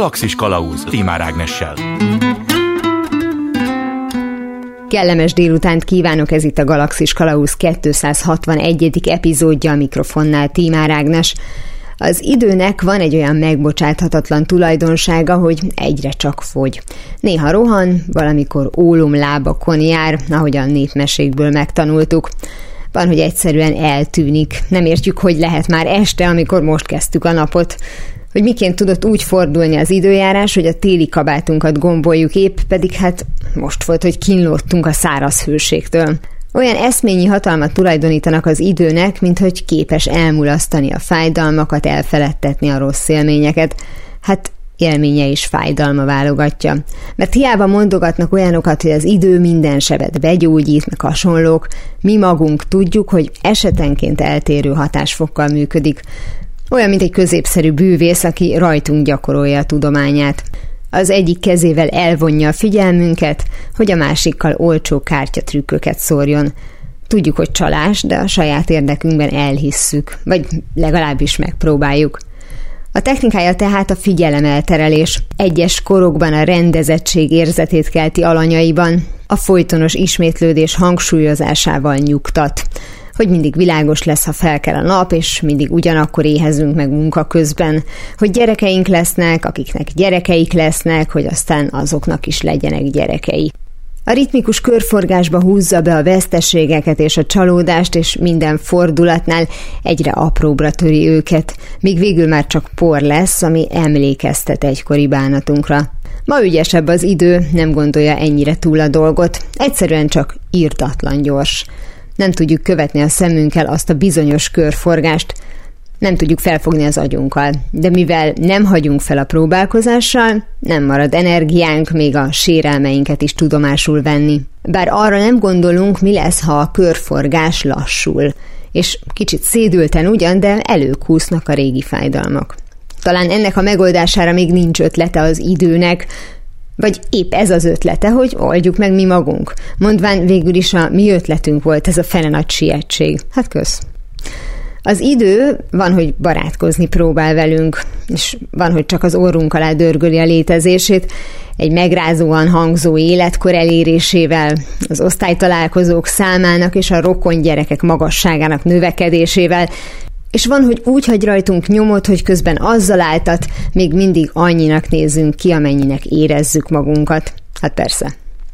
Galaxis Kalauz Tímár Ágnessel. Kellemes délutánt kívánok, ez itt a Galaxis Kalauz 261. epizódja, a mikrofonnál Tímár Ágnes. Az időnek van egy olyan megbocsáthatatlan tulajdonsága, hogy egyre csak fogy. Néha rohan, valamikor ólomlábakon jár, ahogy a népmesékből megtanultuk. Van, hogy egyszerűen eltűnik. Nem értjük, hogy lehet már este, amikor most kezdtük a napot. Hogy miként tudott úgy fordulni az időjárás, hogy a téli kabátunkat gomboljuk épp, pedig hát most volt, hogy kínlódtunk a száraz hőségtől. Olyan eszményi hatalmat tulajdonítanak az időnek, mint hogy képes elmulasztani a fájdalmakat, elfeledtetni a rossz élményeket. Hát élménye és fájdalma válogatja. Mert hiába mondogatnak olyanokat, hogy az idő minden sebet begyógyít, meg hasonlók, mi magunk tudjuk, hogy esetenként eltérő hatásfokkal működik. Olyan, mint egy középszerű bűvész, aki rajtunk gyakorolja a tudományát. Az egyik kezével elvonja a figyelmünket, hogy a másikkal olcsó kártyatrükköket szórjon. Tudjuk, hogy csalás, de a saját érdekünkben elhisszük, vagy legalábbis megpróbáljuk. A technikája tehát a figyelemelterelés. Egyes korokban a rendezettség érzetét kelti alanyaiban, a folytonos ismétlődés hangsúlyozásával nyugtat. Hogy mindig világos lesz, ha felkel a nap, és mindig ugyanakkor éhezünk meg munka közben, hogy gyerekeink lesznek, akiknek gyerekeik lesznek, hogy aztán azoknak is legyenek gyerekei. A ritmikus körforgásba húzza be a veszteségeket és a csalódást, és minden fordulatnál egyre apróbbra töri őket, míg végül már csak por lesz, ami emlékeztet egykori bánatunkra. Ma ügyesebb az idő, nem gondolja ennyire túl a dolgot, egyszerűen csak irdatlan gyors. Nem tudjuk követni a szemünkkel azt a bizonyos körforgást, nem tudjuk felfogni az agyunkkal. De mivel nem hagyunk fel a próbálkozással, nem marad energiánk még a sérelmeinket is tudomásul venni. Bár arra nem gondolunk, mi lesz, ha a körforgás lassul. És kicsit szédülten ugyan, de előkúsznak a régi fájdalmak. Talán ennek a megoldására még nincs ötlete az időnek, vagy épp ez az ötlete, hogy oldjuk meg mi magunk. Mondván végül is a mi ötletünk volt ez a fene nagy sietség. Hát kösz. Az idő van, hogy barátkozni próbál velünk, és van, hogy csak az orrunk alá dörgöli a létezését, egy megrázóan hangzó életkor elérésével, az osztálytalálkozók számának és a rokon gyerekek magasságának növekedésével, és van, hogy úgy hagy rajtunk nyomot, hogy közben azzal áltat még mindig annyinak nézzünk ki, amennyinek érezzük magunkat. Hát persze.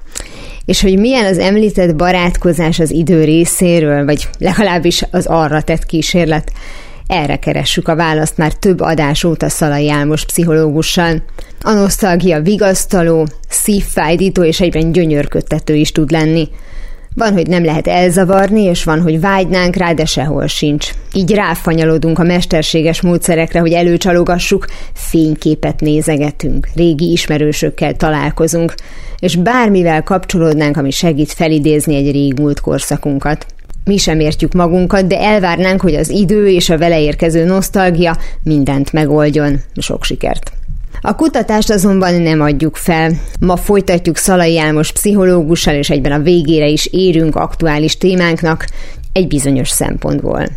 És hogy milyen az említett barátkozás az idő részéről, vagy legalábbis az arra tett kísérlet, erre keressük a választ már több adás óta Szalai Álmos pszichológussal. A nosztalgia vigasztaló, szívfájdító és egyben gyönyörködtető is tud lenni. Van, hogy nem lehet elzavarni, és van, hogy vágynánk rá, de sehol sincs. Így ráfanyalodunk a mesterséges módszerekre, hogy előcsalogassuk, fényképet nézegetünk, régi ismerősökkel találkozunk, és bármivel kapcsolódnánk, ami segít felidézni egy régmúlt korszakunkat. Mi sem értjük magunkat, de elvárnánk, hogy az idő és a vele érkező nosztalgia mindent megoldjon. Sok sikert! A kutatást azonban nem adjuk fel. Ma folytatjuk Szalai Álmos pszichológussal, és egyben a végére is érünk aktuális témánknak egy bizonyos szempontból.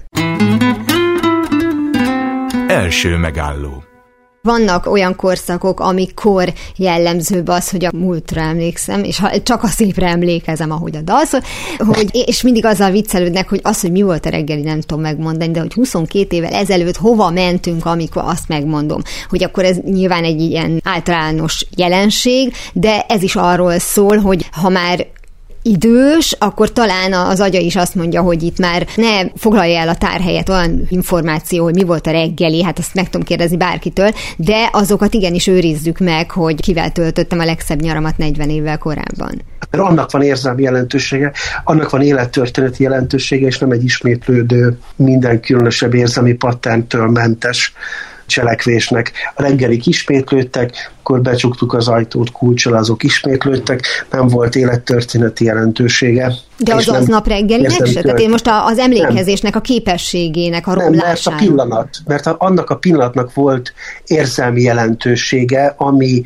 Első megálló. Vannak olyan korszakok, amikor jellemzőbb az, hogy a múltra emlékszem, és csak a szépre emlékezem, ahogy a dal szól, és mindig azzal viccelődnek, hogy az, hogy mi volt a reggeli, nem tudom megmondani, de hogy 22 évvel ezelőtt hova mentünk, amikor azt megmondom, hogy akkor ez nyilván egy ilyen általános jelenség, de ez is arról szól, hogy ha már idős, akkor talán az agya is azt mondja, hogy itt már ne foglalja el a tárhelyet olyan információ, hogy mi volt a reggeli, hát azt meg tudom kérdezni bárkitől, de azokat igenis őrizzük meg, hogy kivel töltöttem a legszebb nyaramat 40 évvel korábban. Annak van érzelmi jelentősége, annak van élettörténeti jelentősége, és nem egy ismétlődő, minden különösebb érzelmi patterntől mentes cselekvésnek. A reggelik ismétlődtek, akkor becsuktuk az ajtót kulccsal, azok ismétlődtek, nem volt élettörténeti jelentősége. De az aznap reggelinek se? Tehát én most az emlékezésnek, a képességének a romlására. Mert annak a pillanatnak volt érzelmi jelentősége, ami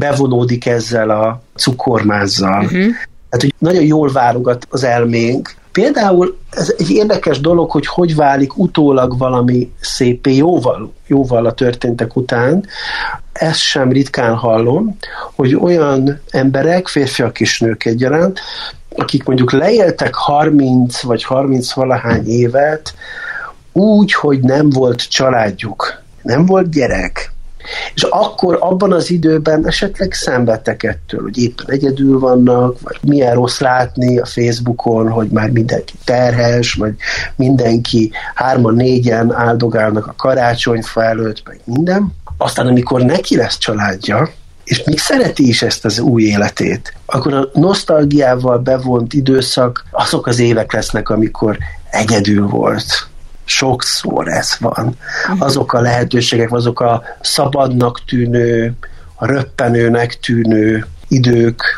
bevonódik ezzel a cukormázzal. Tehát, hogy nagyon jól válogat az elménk, Például ez egy érdekes dolog, hogy válik utólag valami szépé jóval a történtek után. Ezt sem ritkán hallom, hogy olyan emberek, férfiak és nők egyaránt, akik mondjuk leéltek 30 vagy 30-valahány évet úgy, hogy nem volt családjuk, nem volt gyerek, és akkor abban az időben esetleg szenvedtek ettől, hogy éppen egyedül vannak, vagy milyen rossz látni a Facebookon, hogy már mindenki terhes, vagy mindenki 3-4 áldogálnak a karácsonyfa előtt, meg minden. Aztán amikor neki lesz családja, és még szereti is ezt az új életét, akkor a nosztalgiával bevont időszak azok az évek lesznek, amikor egyedül volt. Sokszor ez van. Azok a lehetőségek, azok a szabadnak tűnő, a röppenőnek tűnő idők,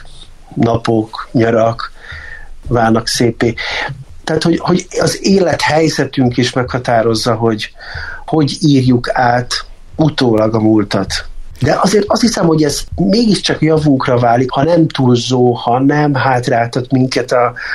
napok, nyarak válnak szépé. Tehát, hogy az élethelyzetünk is meghatározza, hogy írjuk át utólag a múltat. De azért azt hiszem, hogy ez mégiscsak javunkra válik, ha nem túlzó, ha nem hátráltat minket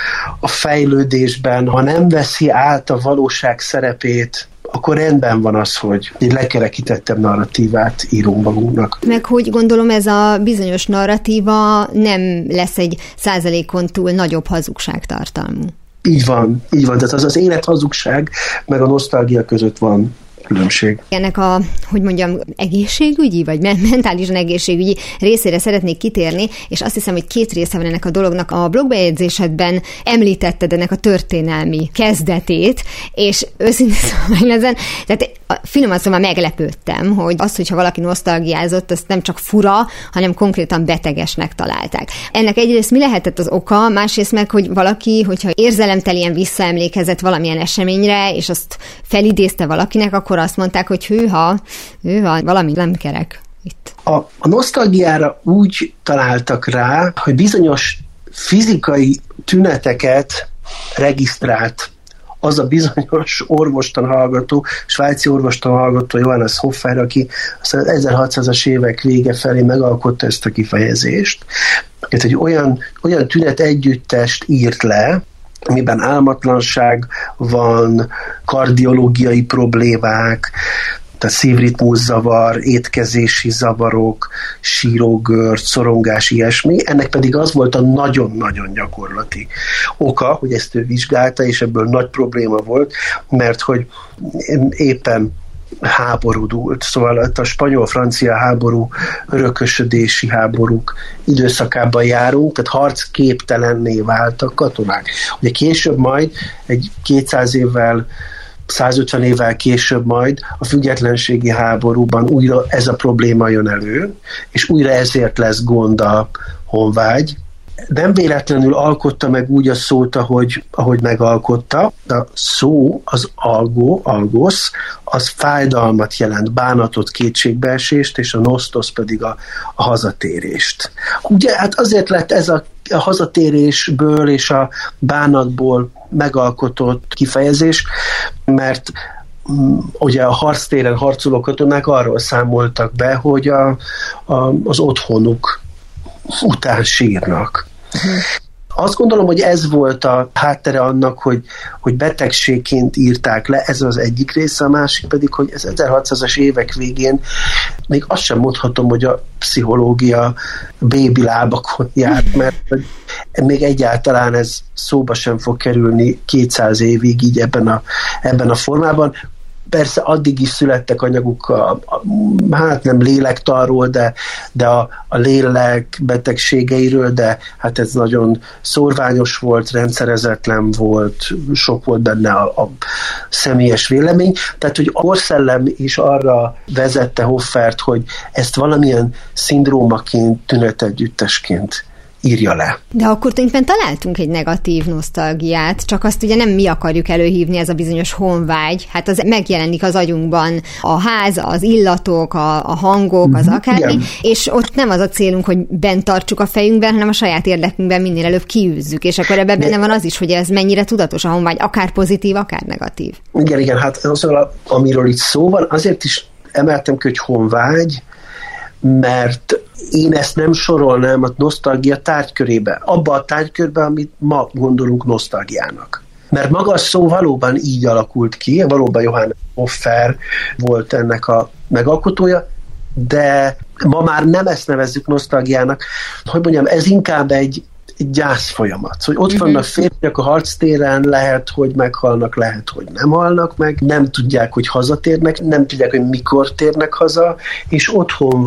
a fejlődésben, ha nem veszi át a valóság szerepét, akkor rendben van az, hogy egy lekerekítettebb narratívát írunk magunknak. Meg hogy gondolom ez a bizonyos narratíva nem lesz egy 100%-on túl nagyobb hazugságtartalmú. Így van. Tehát az élet hazugság, meg a nosztalgia között van különbség. Ennek a, hogy mondjam, egészségügyi, vagy mentálisan egészségügyi részére szeretnék kitérni, és azt hiszem, hogy 2 része van ennek a dolognak. A blogbejegyzésedben említetted ennek a történelmi kezdetét, és őszintén szóval tehát finoman szóval meglepődtem, hogy az, hogyha valaki nosztalgiázott, azt nem csak fura, hanem konkrétan betegesnek találták. Ennek egyrészt mi lehetett az oka, másrészt meg, hogy valaki, hogyha érzelemtelien visszaemlékezett valamilyen eseményre, és azt felidézte valakinek, akkor azt mondták, hogy hűha, valami nem kerek itt. A nosztalgiára úgy találtak rá, hogy bizonyos fizikai tüneteket regisztrált az a bizonyos orvostan hallgató, svájci orvostan hallgató Johannes Hofer, aki aztán az 1600-as évek vége felé megalkotta ezt a kifejezést. Tehát egy olyan tünet együttest írt le, amiben álmatlanság van, kardiológiai problémák, tehát szívritmuszavar, étkezési zavarok, sírógörcs, szorongás, ilyesmi. Ennek pedig az volt a nagyon-nagyon gyakorlati oka, hogy ezt ő vizsgálta, és ebből nagy probléma volt, mert hogy éppen háború dúlt. Szóval a spanyol-francia háború, örökösödési háborúk időszakában járunk, tehát harcképtelenné váltak katonák. Ugye később majd, egy 200 évvel 150 évvel később majd a függetlenségi háborúban újra ez a probléma jön elő, és újra ezért lesz gond a honvágy. Nem véletlenül alkotta meg úgy a szót, ahogy megalkotta. A szó, az algosz, az fájdalmat jelent, bánatot, kétségbeesést, és a nosztosz pedig a hazatérést. Ugye hát azért lett ez a hazatérésből és a bánatból megalkotott kifejezés, mert ugye a harctéren harcoló katonák arról számoltak be, hogy az otthonuk után sírnak. Azt gondolom, hogy ez volt a háttere annak, hogy betegségként írták le, ez az egyik része, a másik pedig, hogy ez 1600-as évek végén még azt sem mondhatom, hogy a pszichológia bébi lábakon járt, mert még egyáltalán ez szóba sem fog kerülni 200 évig így ebben a formában. Persze addig is születtek anyaguk hát nem lélektanról, de a lélek betegségeiről, de hát ez nagyon szórványos volt, rendszerezetlen volt, sok volt benne a személyes vélemény. Tehát, hogy a korszellem is arra vezette Hoffert, hogy ezt valamilyen szindrómaként, tünetegyüttesként írja le. De akkor tulajdonképpen találtunk egy negatív nosztalgiát, csak azt ugye nem mi akarjuk előhívni, ez a bizonyos honvágy. Hát az megjelenik az agyunkban a ház, az illatok, a hangok, az akármi, igen. És ott nem az a célunk, hogy bent tartsuk a fejünkben, hanem a saját érdekünkben minél előbb kiűzzük, és akkor ebben benne van az is, hogy ez mennyire tudatos a honvágy, akár pozitív, akár negatív. Igen, hát az, amiről itt szó van, azért is emeltem ki, hogy honvágy, mert én ezt nem sorolnám a nosztalgia tárgykörébe, abba a tárgykörbe, amit ma gondolunk nosztalgiának. Mert maga a szó valóban így alakult ki, valóban Johannes Hofer volt ennek a megalkotója, de ma már nem ezt nevezzük nosztalgiának, hogy mondjam, ez inkább egy gyászfolyamat. Hogy ott vannak férfiak a harctéren, lehet, hogy meghalnak, lehet, hogy nem halnak meg, nem tudják, hogy hazatérnek, nem tudják, hogy mikor térnek haza, és otthon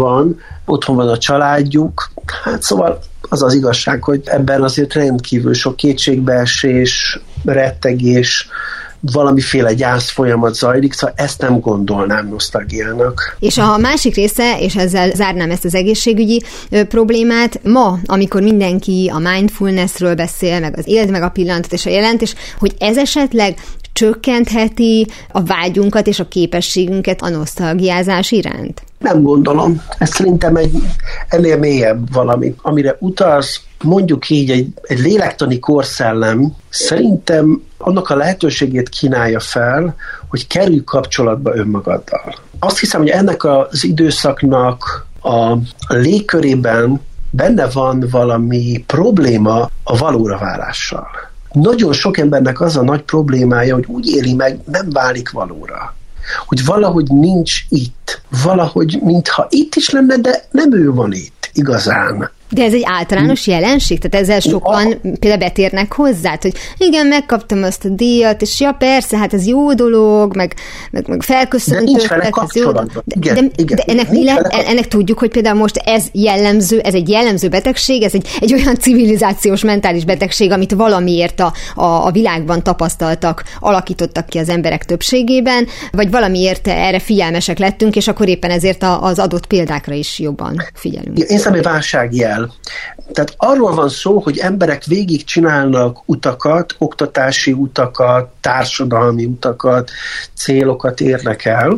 van a családjuk. Hát szóval az az igazság, hogy ebben azért rendkívül sok kétségbeesés, rettegés, valamiféle gyász folyamat zajlik, szóval ezt nem gondolnám nosztalgiának. És a másik része, és ezzel zárnám ezt az egészségügyi problémát, ma, amikor mindenki a mindfulnessről beszél, meg az éld meg a pillanatot és a jelent, és hogy ez esetleg csökkentheti a vágyunkat és a képességünket a nosztalgiázás iránt? Nem gondolom. Ez szerintem ennél mélyebb valami, amire utalsz, mondjuk így egy lélektani korszellem szerintem annak a lehetőségét kínálja fel, hogy kerülj kapcsolatba önmagaddal. Azt hiszem, hogy ennek az időszaknak a légkörében benne van valami probléma a valóra válással. Nagyon sok embernek az a nagy problémája, hogy úgy éli meg, nem válik valóra. Hogy valahogy nincs itt. Valahogy, mintha itt is lenne, de nem ő van itt igazán. De ez egy általános jelenség? Tehát ezzel sokan például betérnek hozzá, hogy igen, megkaptam azt a díjat, és ja persze, hát ez jó dolog, meg felköszöntök. De nincs vele kapcsolatban. De ennek tudjuk, hogy például most ez egy jellemző betegség, ez egy olyan civilizációs mentális betegség, amit valamiért a világban tapasztaltak, alakítottak ki az emberek többségében, vagy valamiért erre figyelmesek lettünk, és akkor éppen ezért az adott példákra is jobban figyelünk. Én szerintem egy válságjel. Tehát arról van szó, hogy emberek végig csinálnak utakat, oktatási utakat, társadalmi utakat, célokat érnek el,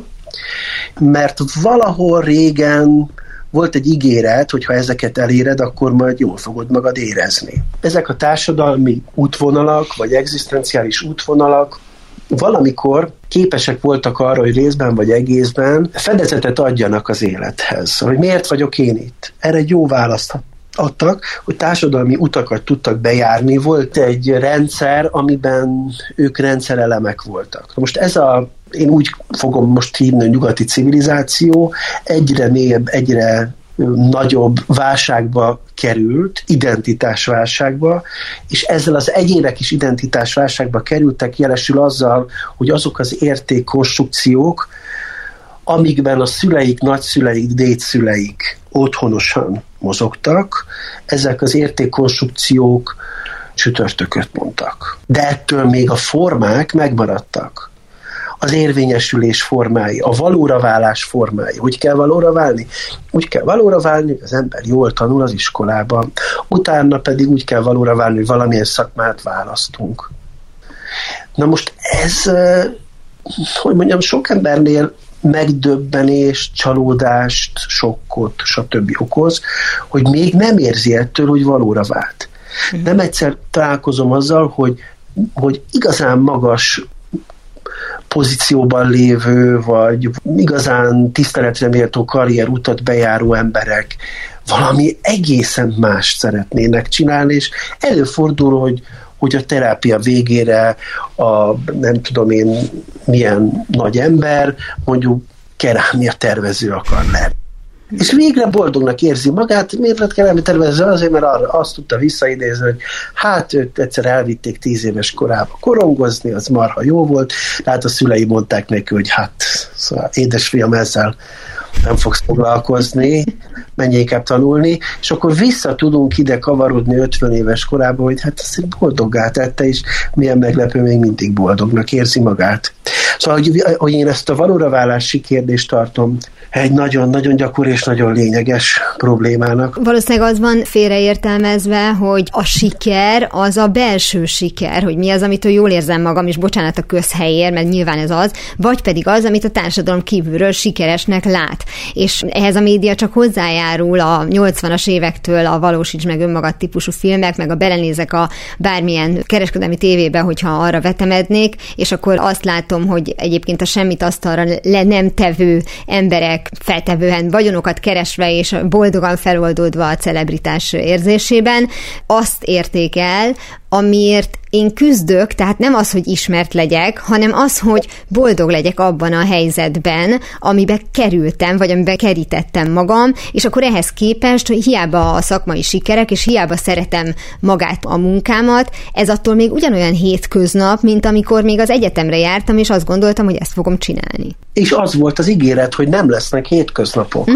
mert valahol régen volt egy ígéret, hogy ha ezeket eléred, akkor majd jól fogod magad érezni. Ezek a társadalmi útvonalak, vagy egzisztenciális útvonalak valamikor képesek voltak arra, hogy részben vagy egészben fedezetet adjanak az élethez. Hogy miért vagyok én itt? Erre egy jó választ adtak, hogy társadalmi utakat tudtak bejárni. Volt egy rendszer, amiben ők rendszerelemek voltak. Most én úgy fogom most hívni, a nyugati civilizáció egyre mélyebb, egyre nagyobb válságba került, identitásválságba, és ezzel az egyének is identitásválságba kerültek, jelesül azzal, hogy azok az értékkonstrukciók, amikben a szüleik, nagyszüleik, dédszüleik otthonosan mozogtak, ezek az értékkonstrukciók csütörtököt mondtak. De ettől még a formák megmaradtak. Az érvényesülés formái, a valóra válás formái. Hogy kell valóra válni? Úgy kell valóra válni, hogy az ember jól tanul az iskolában. Utána pedig úgy kell valóra válni, hogy valamilyen szakmát választunk. Na most ez, hogy mondjam, sok embernél megdöbbenést, csalódást, sokkot, stb. Okoz, hogy még nem érzi ettől, hogy valóra vált. Nem egyszer találkozom azzal, hogy igazán magas pozícióban lévő, vagy igazán tiszteletre méltó karrierutat bejáró emberek valami egészen mást szeretnének csinálni, és előfordul, hogy a terápia végére nem tudom én milyen nagy ember, mondjuk kerámia tervező akar lenni. És végre boldognak érzi magát, miért lett kerámia tervező? Azért, mert azt tudta visszaidézni, hogy hát őt egyszer elvitték 10 éves korába korongozni, az marha jó volt, tehát a szülei mondták neki, hogy hát, szóval édesfiam, ezzel nem fogsz foglalkozni, menj inkább tanulni, és akkor vissza tudunk ide kavarodni 50 éves korába, hogy hát ezt boldoggá tette, és milyen meglepő, még mindig boldognak érzi magát. Szóval, hogy én ezt a valóra válási kérdést tartom egy nagyon-nagyon gyakori és nagyon lényeges problémának. Valószínűleg az van félreértelmezve, hogy a siker az a belső siker, hogy mi az, amitől jól érzem magam, és bocsánat a közhelyért, mert nyilván ez az, vagy pedig az, amit a társadalom kívülről sikeresnek lát. És ehhez a média csak hozzájárul a 80-as évektől a valósíts meg önmagad típusú filmek, meg a belenézek a bármilyen kereskedelmi tévébe, hogyha arra vetemednék, és akkor azt látom, hogy egyébként a semmit asztalra le nem tevő emberek feltevően vagyonokat keresve és boldogan feloldódva a celebritás érzésében azt érték el, amiért én küzdök, tehát nem az, hogy ismert legyek, hanem az, hogy boldog legyek abban a helyzetben, amiben kerültem, vagy amiben kerítettem magam, és akkor ehhez képest, hogy hiába a szakmai sikerek, és hiába szeretem magát a munkámat, ez attól még ugyanolyan hétköznap, mint amikor még az egyetemre jártam, és azt gondoltam, hogy ezt fogom csinálni. És az volt az ígéret, hogy nem lesznek hétköznapok.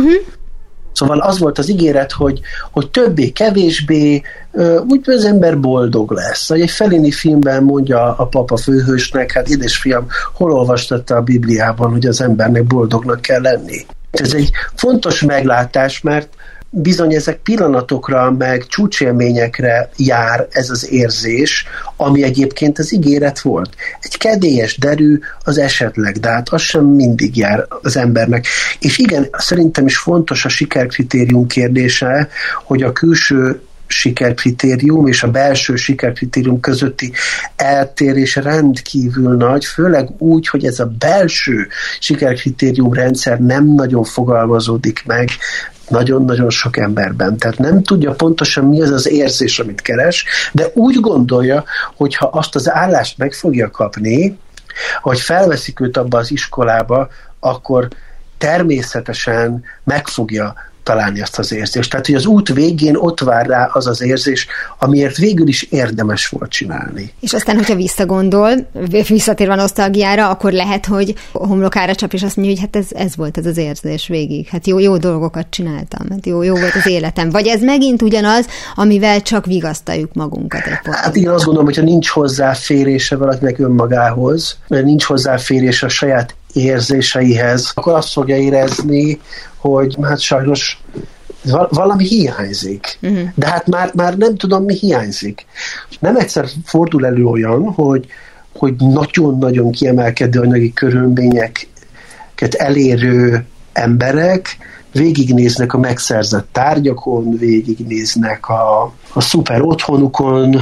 Szóval az volt az ígéret, hogy többé-kevésbé úgy az ember boldog lesz. Egy Fellini filmben mondja a papa főhősnek, hát édesfiam, hol olvastatta a Bibliában, hogy az embernek boldognak kell lenni? Ez egy fontos meglátás, mert bizony ezek pillanatokra, meg csúcsélményekre jár ez az érzés, ami egyébként az ígéret volt. Egy kedélyes derű az esetleg, de hát az sem mindig jár az embernek. És igen, szerintem is fontos a sikerkritérium kérdése, hogy a külső sikerkritérium és a belső sikerkritérium közötti eltérés rendkívül nagy, főleg úgy, hogy ez a belső sikerkritérium rendszer nem nagyon fogalmazódik meg nagyon-nagyon sok emberben. Tehát nem tudja pontosan, mi az az érzés, amit keres, de úgy gondolja, hogy ha azt az állást meg fogja kapni, hogy felveszik őt abba az iskolába, akkor természetesen meg fogja találni azt az érzést. Tehát, hogy az út végén ott vár rá az az érzés, amiért végül is érdemes volt csinálni. És aztán, hogyha visszagondol, visszatérve a nosztalgiára, akkor lehet, hogy homlokára csap, és azt mondja, hogy hát ez volt ez az érzés végig. Hát jó dolgokat csináltam, hát jó volt az életem. Vagy ez megint ugyanaz, amivel csak vigasztaljuk magunkat egy ponton. Hát én azt gondolom, hogyha nincs hozzáférése valakinek önmagához, mert nincs hozzáférése a saját érzéseihez, akkor azt fogja érezni, hogy hát sajnos valami hiányzik. De hát már nem tudom, mi hiányzik. Nem egyszer fordul elő olyan, hogy nagyon-nagyon kiemelkedő anyagi körülményeket elérő emberek végignéznek a megszerzett tárgyakon, végignéznek a szuper otthonukon,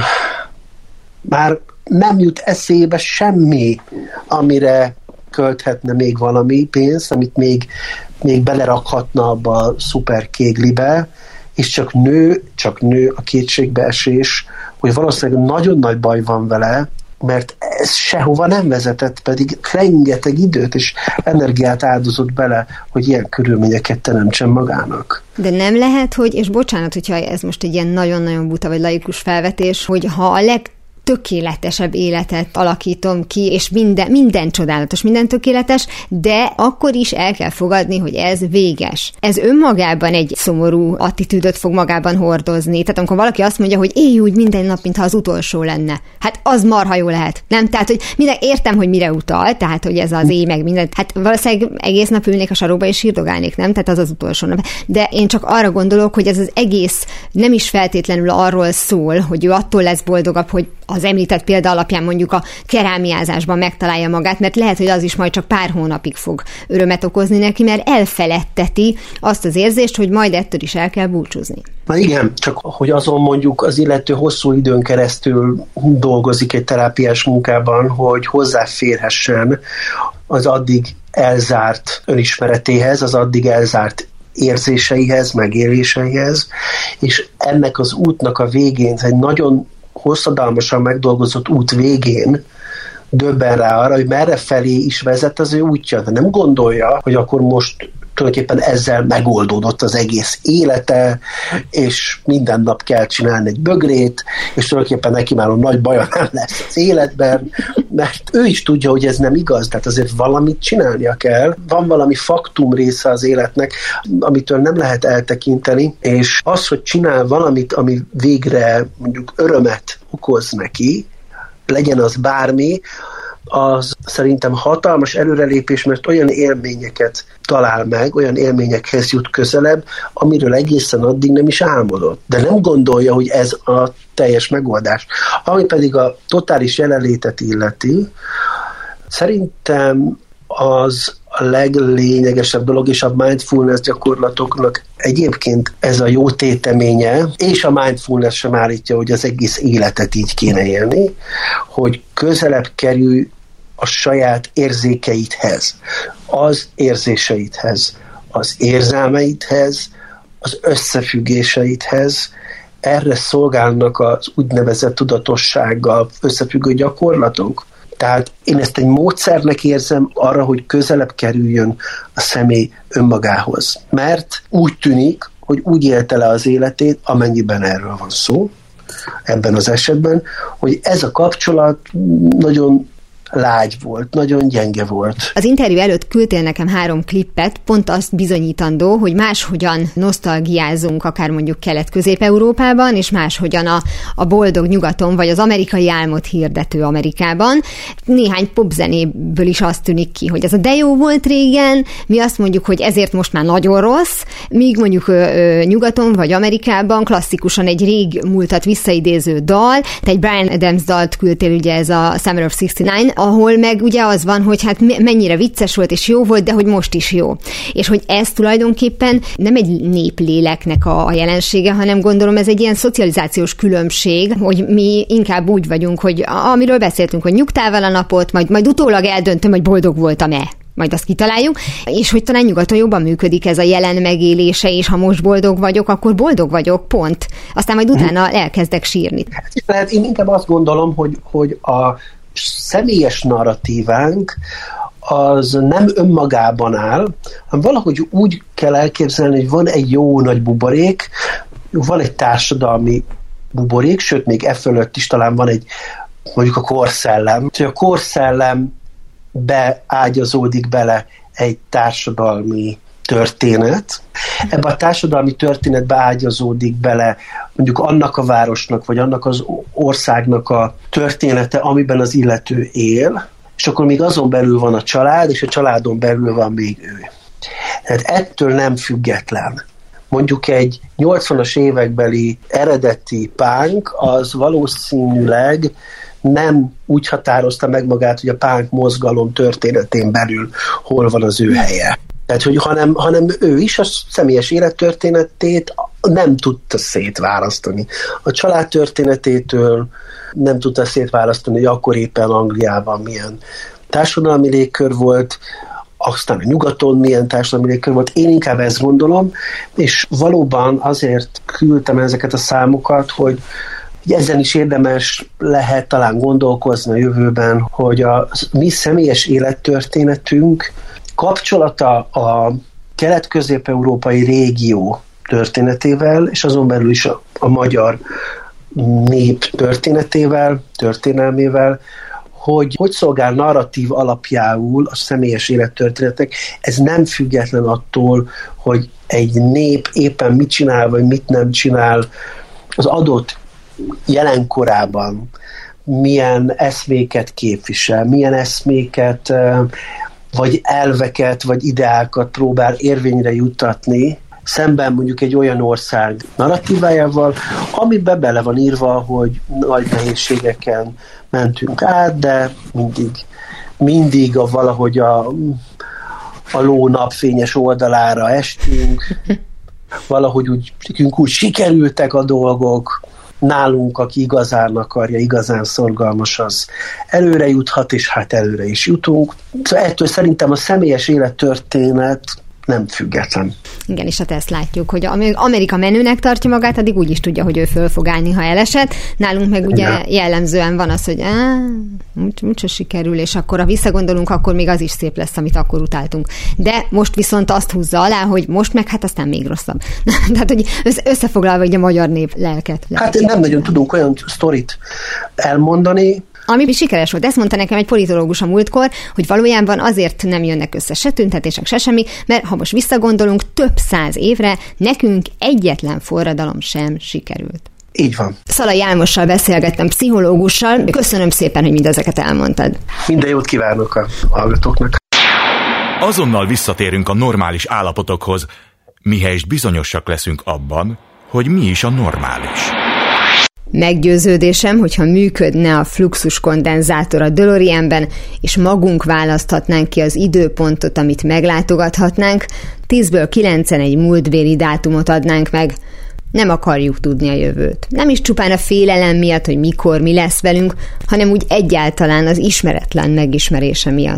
már nem jut eszébe semmi, amire költhetne még valami pénzt, amit még belerakhatna abba a szuper kéglibe, és csak nő a kétségbeesés, hogy valószínűleg nagyon nagy baj van vele, mert ez sehova nem vezetett, pedig rengeteg időt és energiát áldozott bele, hogy ilyen körülményeket teremtsen magának. De nem lehet, hogy, és bocsánat, hogyha ez most egy ilyen nagyon-nagyon buta vagy laikus felvetés, hogy ha a tökéletesebb életet alakítom ki, és minden csodálatos, minden tökéletes, de akkor is el kell fogadni, hogy ez véges. Ez önmagában egy szomorú attitűdöt fog magában hordozni. Tehát amikor valaki azt mondja, hogy élj úgy minden nap, mintha az utolsó lenne. Hát az marha jó lehet. Nem? Tehát, hogy értem, hogy mire utal, tehát, hogy ez az éj meg minden. Hát valószínűleg egész nap ülnék a sarokba és sírdogálnék, nem? Tehát az utolsó nap. De én csak arra gondolok, hogy ez az egész nem is feltétlenül arról szól, hogy ő attól lesz boldogabb, hogy az említett példa alapján mondjuk a kerámiázásban megtalálja magát, mert lehet, hogy az is majd csak pár hónapig fog örömet okozni neki, mert elfeledteti azt az érzést, hogy majd ettől is el kell búcsúzni. Na igen, csak hogy azon mondjuk az illető hosszú időn keresztül dolgozik egy terápiás munkában, hogy hozzáférhessen az addig elzárt önismeretéhez, az addig elzárt érzéseihez, megéléseihez, és ennek az útnak a végén, egy nagyon hosszadalmasan megdolgozott út végén döbben rá arra, hogy merre felé is vezet az ő útja, de nem gondolja, hogy akkor most tulajdonképpen ezzel megoldódott az egész élete, és minden nap kell csinálni egy bögrét, és tulajdonképpen neki már nagy baja nem lesz az életben, mert ő is tudja, hogy ez nem igaz, tehát azért valamit csinálnia kell. Van valami faktum része az életnek, amitől nem lehet eltekinteni, és az, hogy csinál valamit, ami végre mondjuk örömet okoz neki, legyen az bármi, az szerintem hatalmas előrelépés, mert olyan élményeket talál meg, olyan élményekhez jut közelebb, amiről egészen addig nem is álmodott. De nem gondolja, hogy ez a teljes megoldás. Ami pedig a totális jelenlétet illeti, szerintem az a leglényegesebb dolog, és a mindfulness gyakorlatoknak egyébként ez a jó téteménye, és a mindfulness sem állítja, hogy az egész életet így kéne élni, hogy közelebb kerülj a saját érzékeidhez, az érzéseidhez, az érzelmeidhez, az összefüggéseidhez, erre szolgálnak az úgynevezett tudatossággal összefüggő gyakorlatok. Tehát én ezt egy módszernek érzem arra, hogy közelebb kerüljön a személy önmagához. Mert úgy tűnik, hogy úgy élte le az életét, amennyiben erről van szó, ebben az esetben, hogy ez a kapcsolat nagyon lágy volt, nagyon gyenge volt. Az interjú előtt küldtél nekem 3 klippet, pont azt bizonyítandó, hogy máshogyan nosztalgiázunk, akár mondjuk Kelet-Közép-Európában, és máshogyan a boldog nyugaton, vagy az amerikai álmot hirdető Amerikában. Néhány popzenéből is azt tűnik ki, hogy ez a de jó volt régen, mi azt mondjuk, hogy ezért most már nagyon rossz, míg mondjuk nyugaton, vagy Amerikában klasszikusan egy rég múltat visszaidéző dal, te egy Bryan Adams dalt küldtél, ugye ez a Summer of 69, ahol meg ugye az van, hogy hát mennyire vicces volt és jó volt, de hogy most is jó. És hogy ez tulajdonképpen nem egy népléleknek a jelensége, hanem gondolom ez egy ilyen szocializációs különbség, hogy mi inkább úgy vagyunk, hogy amiről beszéltünk, hogy nyugtával a napot, majd utólag eldöntöm, hogy boldog voltam-e. Majd azt kitaláljuk, és hogy talán nyugaton jobban működik ez a jelen megélése, és ha most boldog vagyok, akkor boldog vagyok, pont. Aztán majd utána elkezdek sírni. Hát én inkább azt gondolom, hogy a személyes narratívánk az nem önmagában áll, hanem valahogy úgy kell elképzelni, hogy van egy jó nagy buborék, van egy társadalmi buborék, sőt, még e fölött is talán van egy, mondjuk a korszellem. A korszellem beágyazódik bele egy társadalmi történet. Ebben a társadalmi történetbe ágyazódik bele mondjuk annak a városnak, vagy annak az országnak a története, amiben az illető él, és akkor még azon belül van a család, és a családon belül van még ő. Tehát ettől nem független. Mondjuk egy 80-as évekbeli eredeti punk, az valószínűleg nem úgy határozta meg magát, hogy a punk mozgalom történetén belül hol van az ő helye. Tehát, hogy hanem ő is a személyes élettörténetét nem tudta szétválasztani. A család történetétől nem tudta szétválasztani, hogy akkor éppen Angliában milyen társadalmi légkör volt, aztán a nyugaton milyen társadalmi légkör volt. Én inkább ezt gondolom, és valóban azért küldtem ezeket a számokat, hogy ezen is érdemes lehet talán gondolkozni a jövőben, hogy a mi személyes élettörténetünk kapcsolata a kelet-közép-európai régió történetével, és azon belül is a magyar nép történetével, történelmével, hogy szolgál narratív alapjául a személyes élettörténetek, ez nem független attól, hogy egy nép éppen mit csinál, vagy mit nem csinál az adott jelenkorában, milyen eszméket képvisel, milyen eszméket, vagy elveket, vagy ideákat próbál érvényre juttatni, szemben mondjuk egy olyan ország narratívájával, amiben bele van írva, hogy nagy nehézségeken mentünk át, de mindig valahogy a ló napfényes oldalára estünk, valahogy úgy sikerültek a dolgok, nálunk, aki igazán akarja, igazán szorgalmas, az előre juthat, és hát előre is jutunk. Szóval ettől szerintem a személyes élettörténet nem független. Igen, és hát ezt látjuk, hogy Amerika menőnek tartja magát, addig úgy is tudja, hogy ő föl fog állni, ha elesett. Nálunk meg ugye jellemzően van az, hogy úgyse sikerül, és akkor ha visszagondolunk, akkor még az is szép lesz, amit akkor utáltunk. De most viszont azt húzza alá, hogy most meg hát aztán még rosszabb. Tehát, hogy összefoglalva így a magyar nép lelket. Hát nem nagyon tudunk olyan sztorit elmondani, ami sikeres volt. Ezt mondta nekem egy politológus a múltkor, hogy valójában azért nem jönnek össze se tüntetések, se semmi, mert ha most visszagondolunk, több 100 évre nekünk egyetlen forradalom sem sikerült. Így van. Szalai Álmossal beszélgettem, pszichológussal. Köszönöm szépen, hogy mindezeket elmondtad. Minden jót kívánok a hallgatóknak. Azonnal visszatérünk a normális állapotokhoz, mihelyest bizonyosak leszünk abban, hogy mi is a normális. Meggyőződésem, hogyha működne a fluxus kondenzátor a DeLoreanben, és magunk választhatnánk ki az időpontot, amit meglátogathatnánk, 10-ből 9-en egy múltbéli dátumot adnánk meg. Nem akarjuk tudni a jövőt. Nem is csupán a félelem miatt, hogy mikor, mi lesz velünk, hanem úgy egyáltalán az ismeretlen megismerése miatt.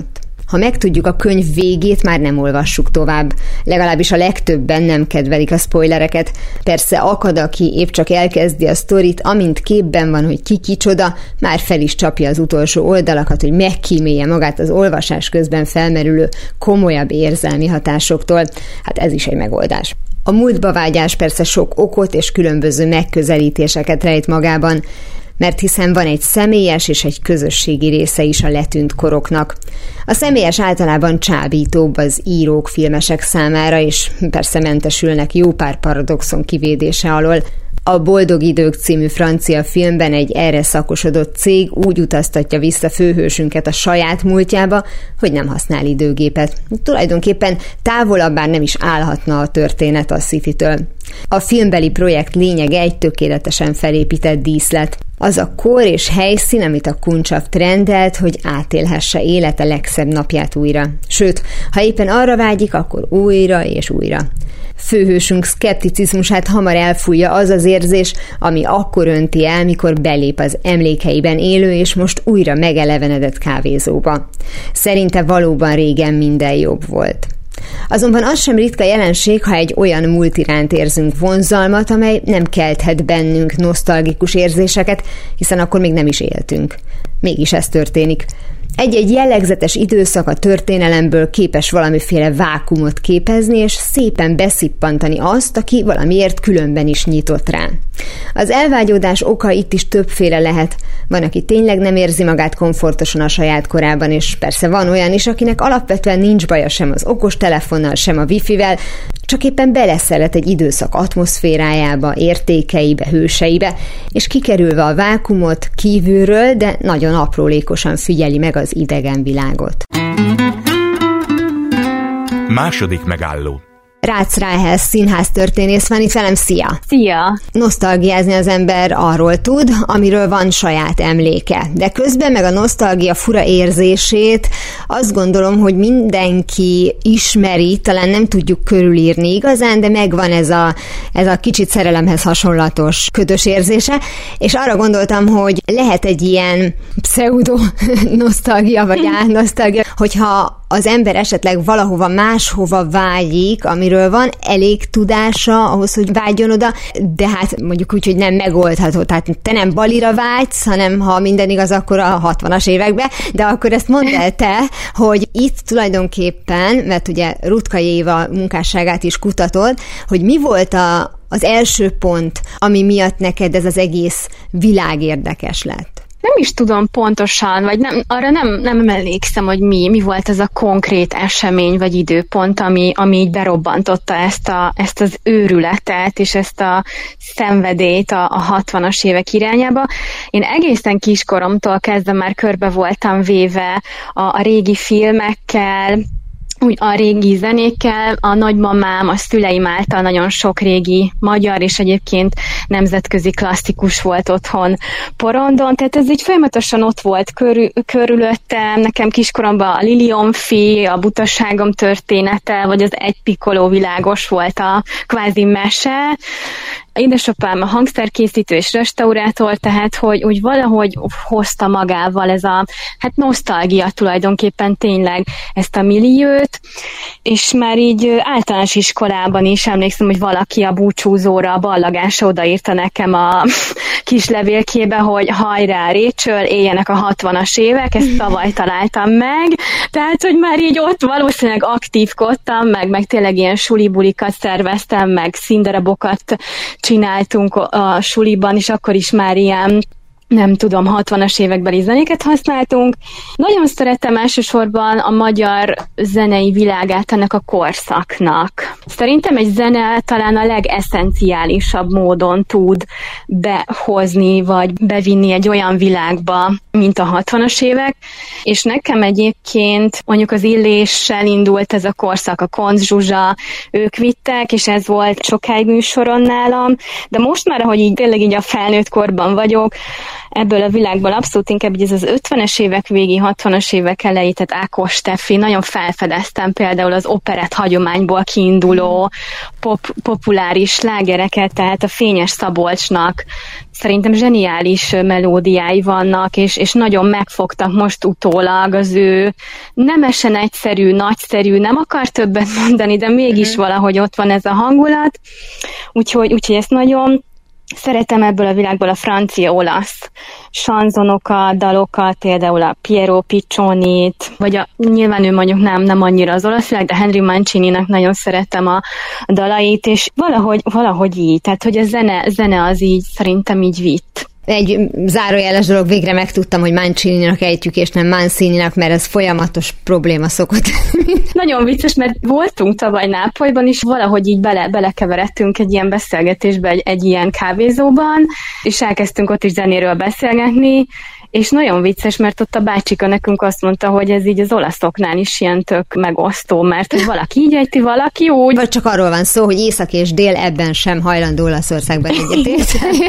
ha megtudjuk a könyv végét, már nem olvassuk tovább. Legalábbis a legtöbben nem kedvelik a spoilereket. Persze akad, aki épp csak elkezdi a sztorit, amint képben van, hogy ki kicsoda, már fel is csapja az utolsó oldalakat, hogy megkímélje magát az olvasás közben felmerülő komolyabb érzelmi hatásoktól. Hát ez is egy megoldás. A múltba vágyás persze sok okot és különböző megközelítéseket rejt magában, mert hiszen van egy személyes és egy közösségi része is a letűnt koroknak. A személyes általában csábítóbb az írók, filmesek számára, és persze mentesülnek jó pár paradoxon kivédése alól. A Boldog idők című francia filmben egy erre szakosodott cég úgy utaztatja vissza főhősünket a saját múltjába, hogy nem használ időgépet. Tulajdonképpen távolabbá nem is állhatna a történet a sci-fitől. A filmbeli projekt lényege egy tökéletesen felépített díszlet. Az a kor és helyszín, amit a Kuncshaft rendelt, hogy átélhesse élete legszebb napját újra. Sőt, ha éppen arra vágyik, akkor újra és újra. Főhősünk szkepticizmusát hamar elfújja az az érzés, ami akkor önti el, mikor belép az emlékeiben élő és most újra megelevenedett kávézóba. Szerinte valóban régen minden jobb volt. Azonban az sem ritka jelenség, ha egy olyan múlt iránt érzünk vonzalmat, amely nem kelthet bennünk nosztalgikus érzéseket, hiszen akkor még nem is éltünk. Mégis ez történik. Egy-egy jellegzetes időszak a történelemből képes valamiféle vákumot képezni, és szépen beszippantani azt, aki valamiért különben is nyitott rá. Az elvágyódás oka itt is többféle lehet. Van, aki tényleg nem érzi magát komfortosan a saját korában, és persze van olyan is, akinek alapvetően nincs baja sem az okostelefonnal, sem a wifi-vel, csak éppen beleszeret egy időszak atmoszférájába, értékeibe, hőseibe, és kikerülve a vákumot kívülről, de nagyon aprólékosan figyeli meg az idegen világot. Második megálló. Rácz Ráhelsz színháztörténész van itt velem, szia! Szia! Nosztalgiázni az ember arról tud, amiről van saját emléke. De közben meg a nosztalgia fura érzését azt gondolom, hogy mindenki ismeri, talán nem tudjuk körülírni igazán, de megvan ez a kicsit szerelemhez hasonlatos ködös érzése, és arra gondoltam, hogy lehet egy ilyen pseudo-nosztalgia, vagy álnosztalgia, hogyha az ember esetleg valahova máshova vágyik, amiről van elég tudása ahhoz, hogy vágyjon oda, de hát mondjuk úgy, hogy nem megoldható. Tehát te nem Balira vágysz, hanem ha minden igaz, akkor a 60-as években, de akkor ezt mondd el te, hogy itt tulajdonképpen, mert ugye Rutka Éva munkásságát is kutatod, hogy mi volt az első pont, ami miatt neked ez az egész világ érdekes lett? Nem is tudom pontosan, vagy arra nem emlékszem, hogy mi volt ez a konkrét esemény, vagy időpont, ami így berobbantotta ezt az őrületet, és ezt a szenvedélyt a 60-as évek irányába. Én egészen kiskoromtól kezdve már körbe voltam véve a régi filmekkel, úgy a régi zenékkel, a nagymamám, a szüleim által nagyon sok régi magyar, és egyébként nemzetközi klasszikus volt otthon porondon, tehát ez így folyamatosan ott volt körülöttem, nekem kiskoromban a Liliomfi, a Butaságom története, vagy az Egy Pikoló világos volt a kvázi mese. Édesapám a hangszerkészítő és restaurátor, tehát hogy valahogy hozta magával ez a nosztalgia tulajdonképpen tényleg ezt a milliót, és már így általános iskolában is emlékszem, hogy valaki a búcsúzóra, a ballagásra odaírta nekem a kis levélkébe, hogy hajrá Rachel, éljenek a 60-as évek, ezt tavaly találtam meg, tehát hogy már így ott valószínűleg aktívkodtam, meg tényleg ilyen sulibulikat szerveztem, meg színdarabokat csináltunk a suliban, és akkor is már ilyen, nem tudom, 60-as évekbeli zenéket használtunk. Nagyon szeretem elsősorban a magyar zenei világát ennek a korszaknak. Szerintem egy zene talán a legesszenciálisabb módon tud behozni, vagy bevinni egy olyan világba, mint a 60-as évek, és nekem egyébként mondjuk az Illéssel indult ez a korszak, a Koncz Zsuzsa, ők vittek, és ez volt sokáig műsoron nálam, de most már, ahogy így tényleg így a felnőtt korban vagyok, ebből a világból abszolút inkább ez az 50-es évek végi, 60-as évek elejé, tehát Ákos Steffi, nagyon felfedeztem például az operett hagyományból kiinduló populáris slágereket, tehát a Fényes Szabolcsnak szerintem zseniális melódiái vannak, és nagyon megfogtak most utólag az ő nemesen egyszerű, nagyszerű, nem akar többet mondani, de mégis valahogy ott van ez a hangulat, úgyhogy ezt nagyon szeretem ebből a világból a francia-olasz sanzonokat, dalokat, például a Piero Piccionit, vagy nyilván ő mondjuk nem annyira az olasz világ, de Henry Mancininak nagyon szeretem a dalait, és valahogy így, tehát hogy a zene az így szerintem így vitt. Egy zárójeles dolog, végre megtudtam, hogy Mancininak ejtjük, és nem Mancininak, mert ez folyamatos probléma szokott. Nagyon vicces, mert voltunk tavaly Nápolyban, és valahogy így belekeveredtünk egy ilyen beszélgetésbe egy ilyen kávézóban, és elkezdtünk ott is zenéről beszélgetni, és nagyon vicces, mert ott a bácsika nekünk azt mondta, hogy ez így az olaszoknál is ilyen tök megosztó, mert hogy valaki így ejti, valaki úgy. Vagy csak arról van szó, hogy észak és dél ebben sem hajlandó Olaszországban egyetérteni.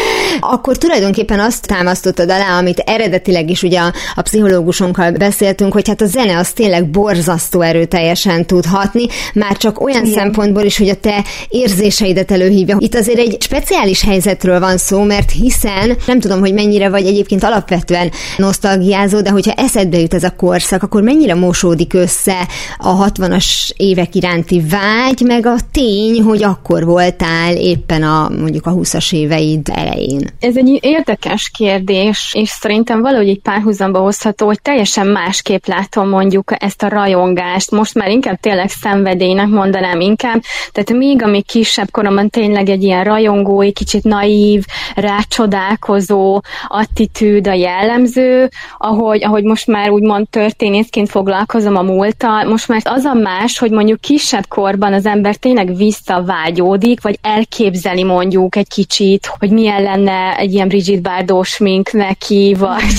Akkor tulajdonképpen azt támasztottad alá, amit eredetileg is ugye a pszichológusunkkal beszéltünk, hogy hát a zene az tényleg borzasztó erőteljesen tud hatni, már csak olyan szempontból is, hogy a te érzéseidet előhívja. Itt azért egy speciális helyzetről van szó, mert hiszen nem tudom, hogy mennyire vagy egyébként alapvetően nosztalgiázó, de hogyha eszedbe jut ez a korszak, akkor mennyire mosódik össze a 60-as évek iránti vágy, meg a tény, hogy akkor voltál éppen mondjuk a 20-as éveid elején. Ez egy érdekes kérdés, és szerintem valahogy egy párhuzamba hozható, hogy teljesen másképp látom mondjuk ezt a rajongást. Most már inkább tényleg szenvedélynek mondanám inkább. Tehát még kisebb koromban tényleg egy ilyen rajongói, kicsit naív, rácsodálkozó attitűd a jellemző, ahogy most már úgymond történészként foglalkozom a múlttal. Most már az a más, hogy mondjuk kisebb korban az ember tényleg visszavágyódik, vagy elképzeli mondjuk egy kicsit, hogy milyen lenne egy ilyen Brigitte Bardot smink neki,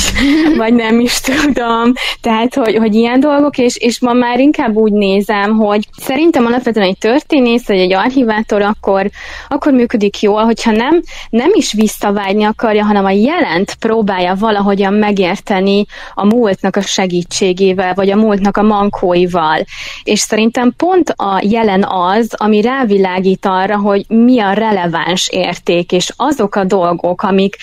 vagy nem is tudom. Tehát, hogy ilyen dolgok, és ma már inkább úgy nézem, hogy szerintem alapvetően egy történész, vagy egy archivátor akkor működik jól, hogyha nem is visszavágyni akarja, hanem a jelent próbálja valahogyan megérteni a múltnak a segítségével, vagy a múltnak a mankóival. És szerintem pont a jelen az, ami rávilágít arra, hogy mi a releváns érték, és azok a dolgok, amik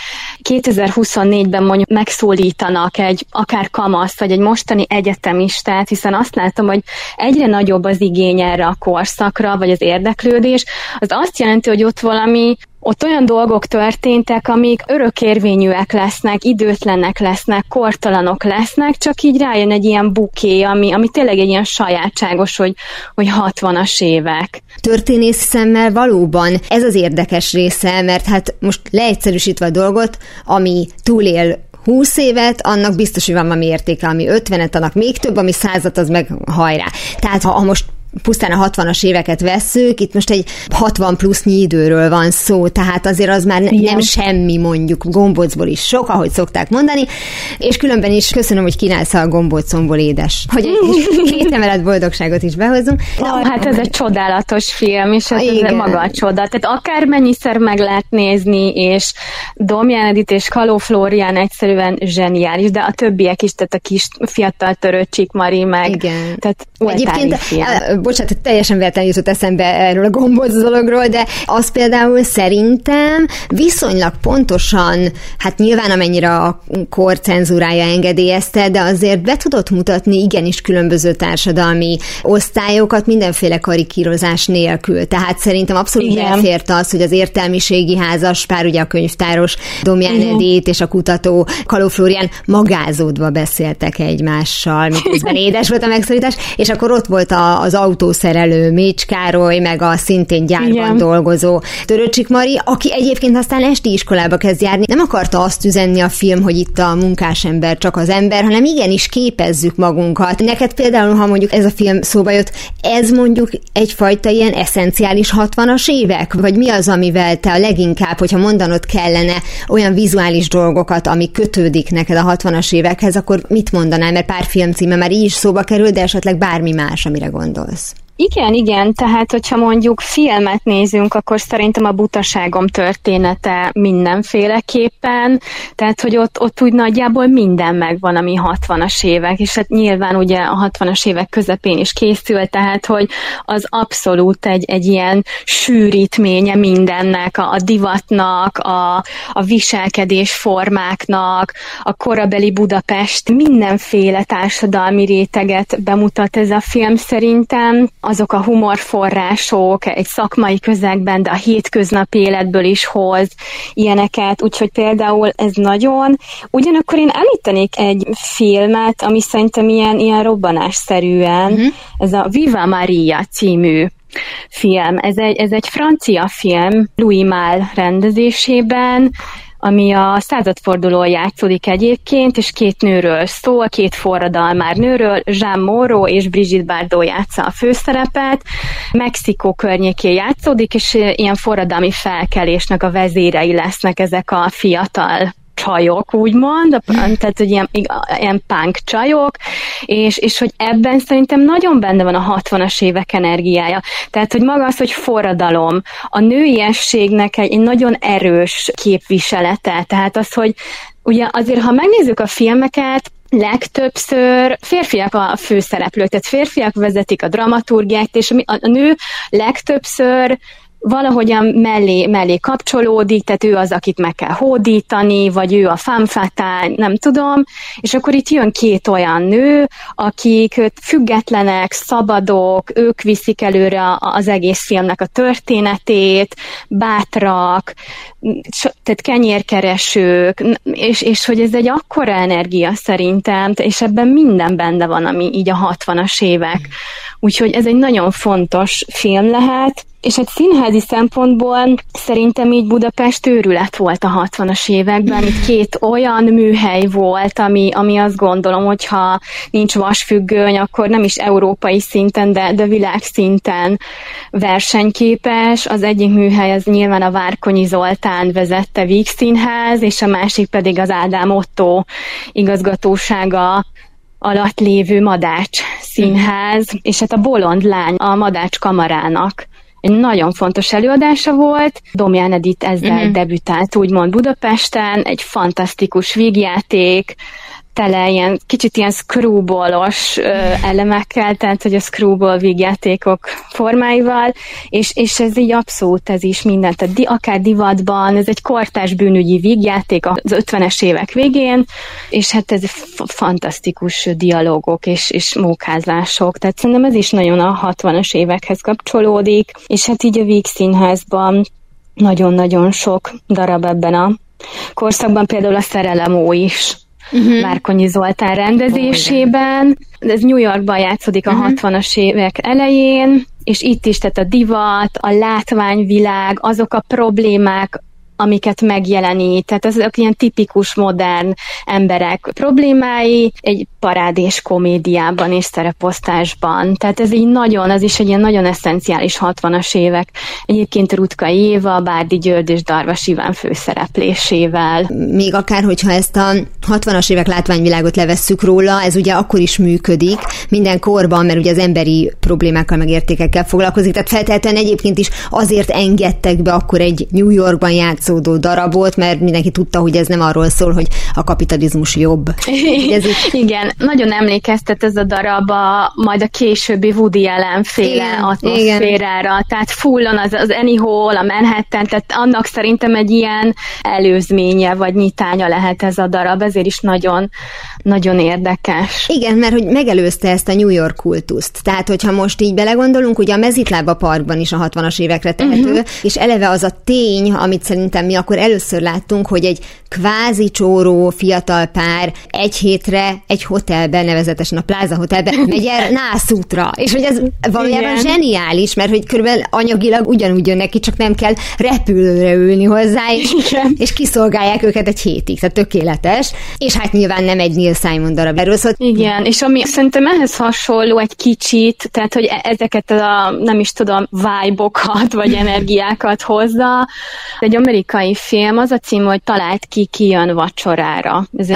2024-ben mondjuk megszólítanak egy akár kamaszt, vagy egy mostani egyetemistát, hiszen azt látom, hogy egyre nagyobb az igény erre a korszakra, vagy az érdeklődés, az azt jelenti, hogy ott olyan dolgok történtek, amik örökérvényűek lesznek, időtlenek lesznek, kortalanok lesznek, csak így rájön egy ilyen buké, ami tényleg egy ilyen sajátságos, hogy 60-as évek. Történész szemmel valóban ez az érdekes része, mert hát most leegyszerűsítve a dolgot, ami túlél 20 évet, annak biztos, hogy van valami értéke, ami 50-et, annak még több, ami 100-at, az meg hajrá. Tehát ha most pusztán a 60-as éveket vesszük, itt most egy 60 plusznyi időről van szó, tehát azért az már nem semmi, mondjuk gombócból is sok, ahogy szokták mondani, és különben is köszönöm, hogy kínálsz a gombócomból édes, hogy egy 2 emelet boldogságot is behozunk. Hát ez egy csodálatos film, és ez maga a csoda. Tehát akármennyiszer meg lehet nézni, és Domján Edith és Kaló Flórián egyszerűen zseniális, de a többiek is, tehát a kis fiatal Törőcsik Mari meg. Igen. Tehát egyébként bocsánat, teljesen véletlenül jutott eszembe erről a gombóc dologról, de az például szerintem viszonylag pontosan, hát nyilván amennyire a kor cenzúrája engedélyezte, de azért be tudott mutatni igenis különböző társadalmi osztályokat mindenféle karikírozás nélkül. Tehát szerintem abszolút elfért az, hogy az értelmiségi házas pár, ugye a könyvtáros Domján Edith és a kutató Kaló Flórián magázódva beszéltek egymással, miközben édes volt a megszólítás, és akkor ott volt az autószerelő Mécs Károly, meg a szintén gyárban dolgozó Törőcsik Mari, aki egyébként aztán esti iskolába kezd járni. Nem akarta azt üzenni a film, hogy itt a munkásember csak az ember, hanem igenis képezzük magunkat. Neked például, ha mondjuk ez a film szóba jött, ez mondjuk egyfajta ilyen eszenciális 60-as évek? Vagy mi az, amivel te a leginkább, hogyha mondanod kellene olyan vizuális dolgokat, ami kötődik neked a 60-as évekhez, akkor mit mondanál? Mert pár filmcíme már így is szóba kerül, de esetleg bármi más, amire gondolsz. Igen, tehát hogyha mondjuk filmet nézünk, akkor szerintem a Butaságom története mindenféleképpen, tehát hogy ott úgy nagyjából minden megvan, ami 60-as évek, és hát nyilván ugye a 60-as évek közepén is készült, tehát hogy az abszolút egy ilyen sűrítménye mindennek, a divatnak, a viselkedés formáknak, a korabeli Budapest, mindenféle társadalmi réteget bemutat ez a film szerintem. Azok a humorforrások egy szakmai közegben, de a hétköznapi életből is hoz ilyeneket, úgyhogy például ez nagyon. Ugyanakkor én említenék egy filmet, ami szerintem ilyen robbanásszerűen, ez a Viva Maria című film. Ez egy francia film, Louis Malle rendezésében, ami a századfordulón játszódik egyébként, és két nőről szól, két forradalmár nőről, Jeanne Moreau és Brigitte Bardot játsza a főszerepet. Mexikó környékén játszódik, és ilyen forradalmi felkelésnek a vezérei lesznek ezek a fiatal csajok, úgymond, tehát hogy ilyen punk csajok, és hogy ebben szerintem nagyon benne van a 60-as évek energiája. Tehát, hogy maga az, hogy forradalom, a nőiességnek egy nagyon erős képviselete, tehát az, hogy ugye azért, ha megnézzük a filmeket, legtöbbször férfiak a főszereplők, tehát férfiak vezetik a dramaturgiát, és a nő legtöbbször valahogyan mellé kapcsolódik, tehát ő az, akit meg kell hódítani, vagy ő a femme fatale, nem tudom, és akkor itt jön két olyan nő, akik függetlenek, szabadok, ők viszik előre az egész filmnek a történetét, bátrak, tehát kenyérkeresők, és hogy ez egy akkora energia szerintem, és ebben minden benne van, ami így a 60-as évek. Úgyhogy ez egy nagyon fontos film lehet, és egy színházi szempontból szerintem így Budapest őrület volt a 60-as években. Itt két olyan műhely volt, ami azt gondolom, hogyha nincs vasfüggöny, akkor nem is európai szinten, de világszinten versenyképes. Az egyik műhely az nyilván a Várkonyi Zoltán vezette Vígszínház, és a másik pedig az Ádám Ottó igazgatósága alatt lévő Madács Színház, és hát a Bolond lány a Madács Kamarának egy nagyon fontos előadása volt. Domján Edith ezzel debütált úgymond Budapesten, egy fantasztikus vígjáték, tele kicsit ilyen screwballos elemekkel, tehát hogy a screwball vígjátékok formáival, és ez így abszolút, ez is mindent, tehát akár divatban, ez egy kortárs bűnügyi vígjáték az 50-es évek végén, és hát ez fantasztikus dialógok és mókázások, tehát szerintem ez is nagyon a 60-as évekhez kapcsolódik, és hát így a Vígszínházban nagyon-nagyon sok darab ebben a korszakban, például a Szerelemó is, Várkonyi Zoltán rendezésében. Ez New Yorkban játszódik a 60-as évek elején, és itt is, tehát a divat, a látványvilág, azok a problémák, amiket megjelenít, tehát azok ilyen tipikus modern emberek problémái egy parádés komédiában és szereposztásban. Tehát ez így nagyon, az is egy ilyen nagyon eszenciális 60-as évek. Egyébként Rutka Éva, Bárdi György és Darvas Iván főszereplésével. Még akár, hogyha ezt a 60-as évek látványvilágot levesszük róla, ez ugye akkor is működik minden korban, mert ugye az emberi problémákkal meg értékekkel foglalkozik, tehát feltétlenül egyébként is azért engedtek be akkor egy New Yorkban játszódó darabot, mert mindenki tudta, hogy ez nem arról szól, hogy a kapitalizmus jobb. Igen, nagyon emlékeztet ez a darab majd a későbbi Woody Allen-féle atmoszférára, tehát fullon az Annie Hall, a Manhattan, tehát annak szerintem egy ilyen előzménye, vagy nyitánya lehet ez a darab, ezért is nagyon, nagyon érdekes. Igen, mert hogy megelőzte ezt a New York kultuszt. Tehát, hogyha most így belegondolunk, ugye a Mezitlába Parkban is a 60-as évekre tehető, és eleve az a tény, amit szerintem mi akkor először láttunk, hogy egy kvázi csóró fiatal pár egy hétre egy hotelben, nevezetesen a Plaza Hotelben megy el Nászútra. És hogy ez valójában zseniális, mert hogy körülbelül anyagilag ugyanúgy jön neki, csak nem kell repülőre ülni hozzá, és kiszolgálják őket egy hétig. Tehát tökéletes. És hát nyilván nem egy Neil Simon darab. Erről szólt. Igen, és ami szerintem ehhez hasonló egy kicsit, tehát hogy ezeket a, nem is tudom, vibe-okat, vagy energiákat hozza. Egy amerikai afroamerikai film, az a cím, hogy Talált ki jön vacsorára. Ez egy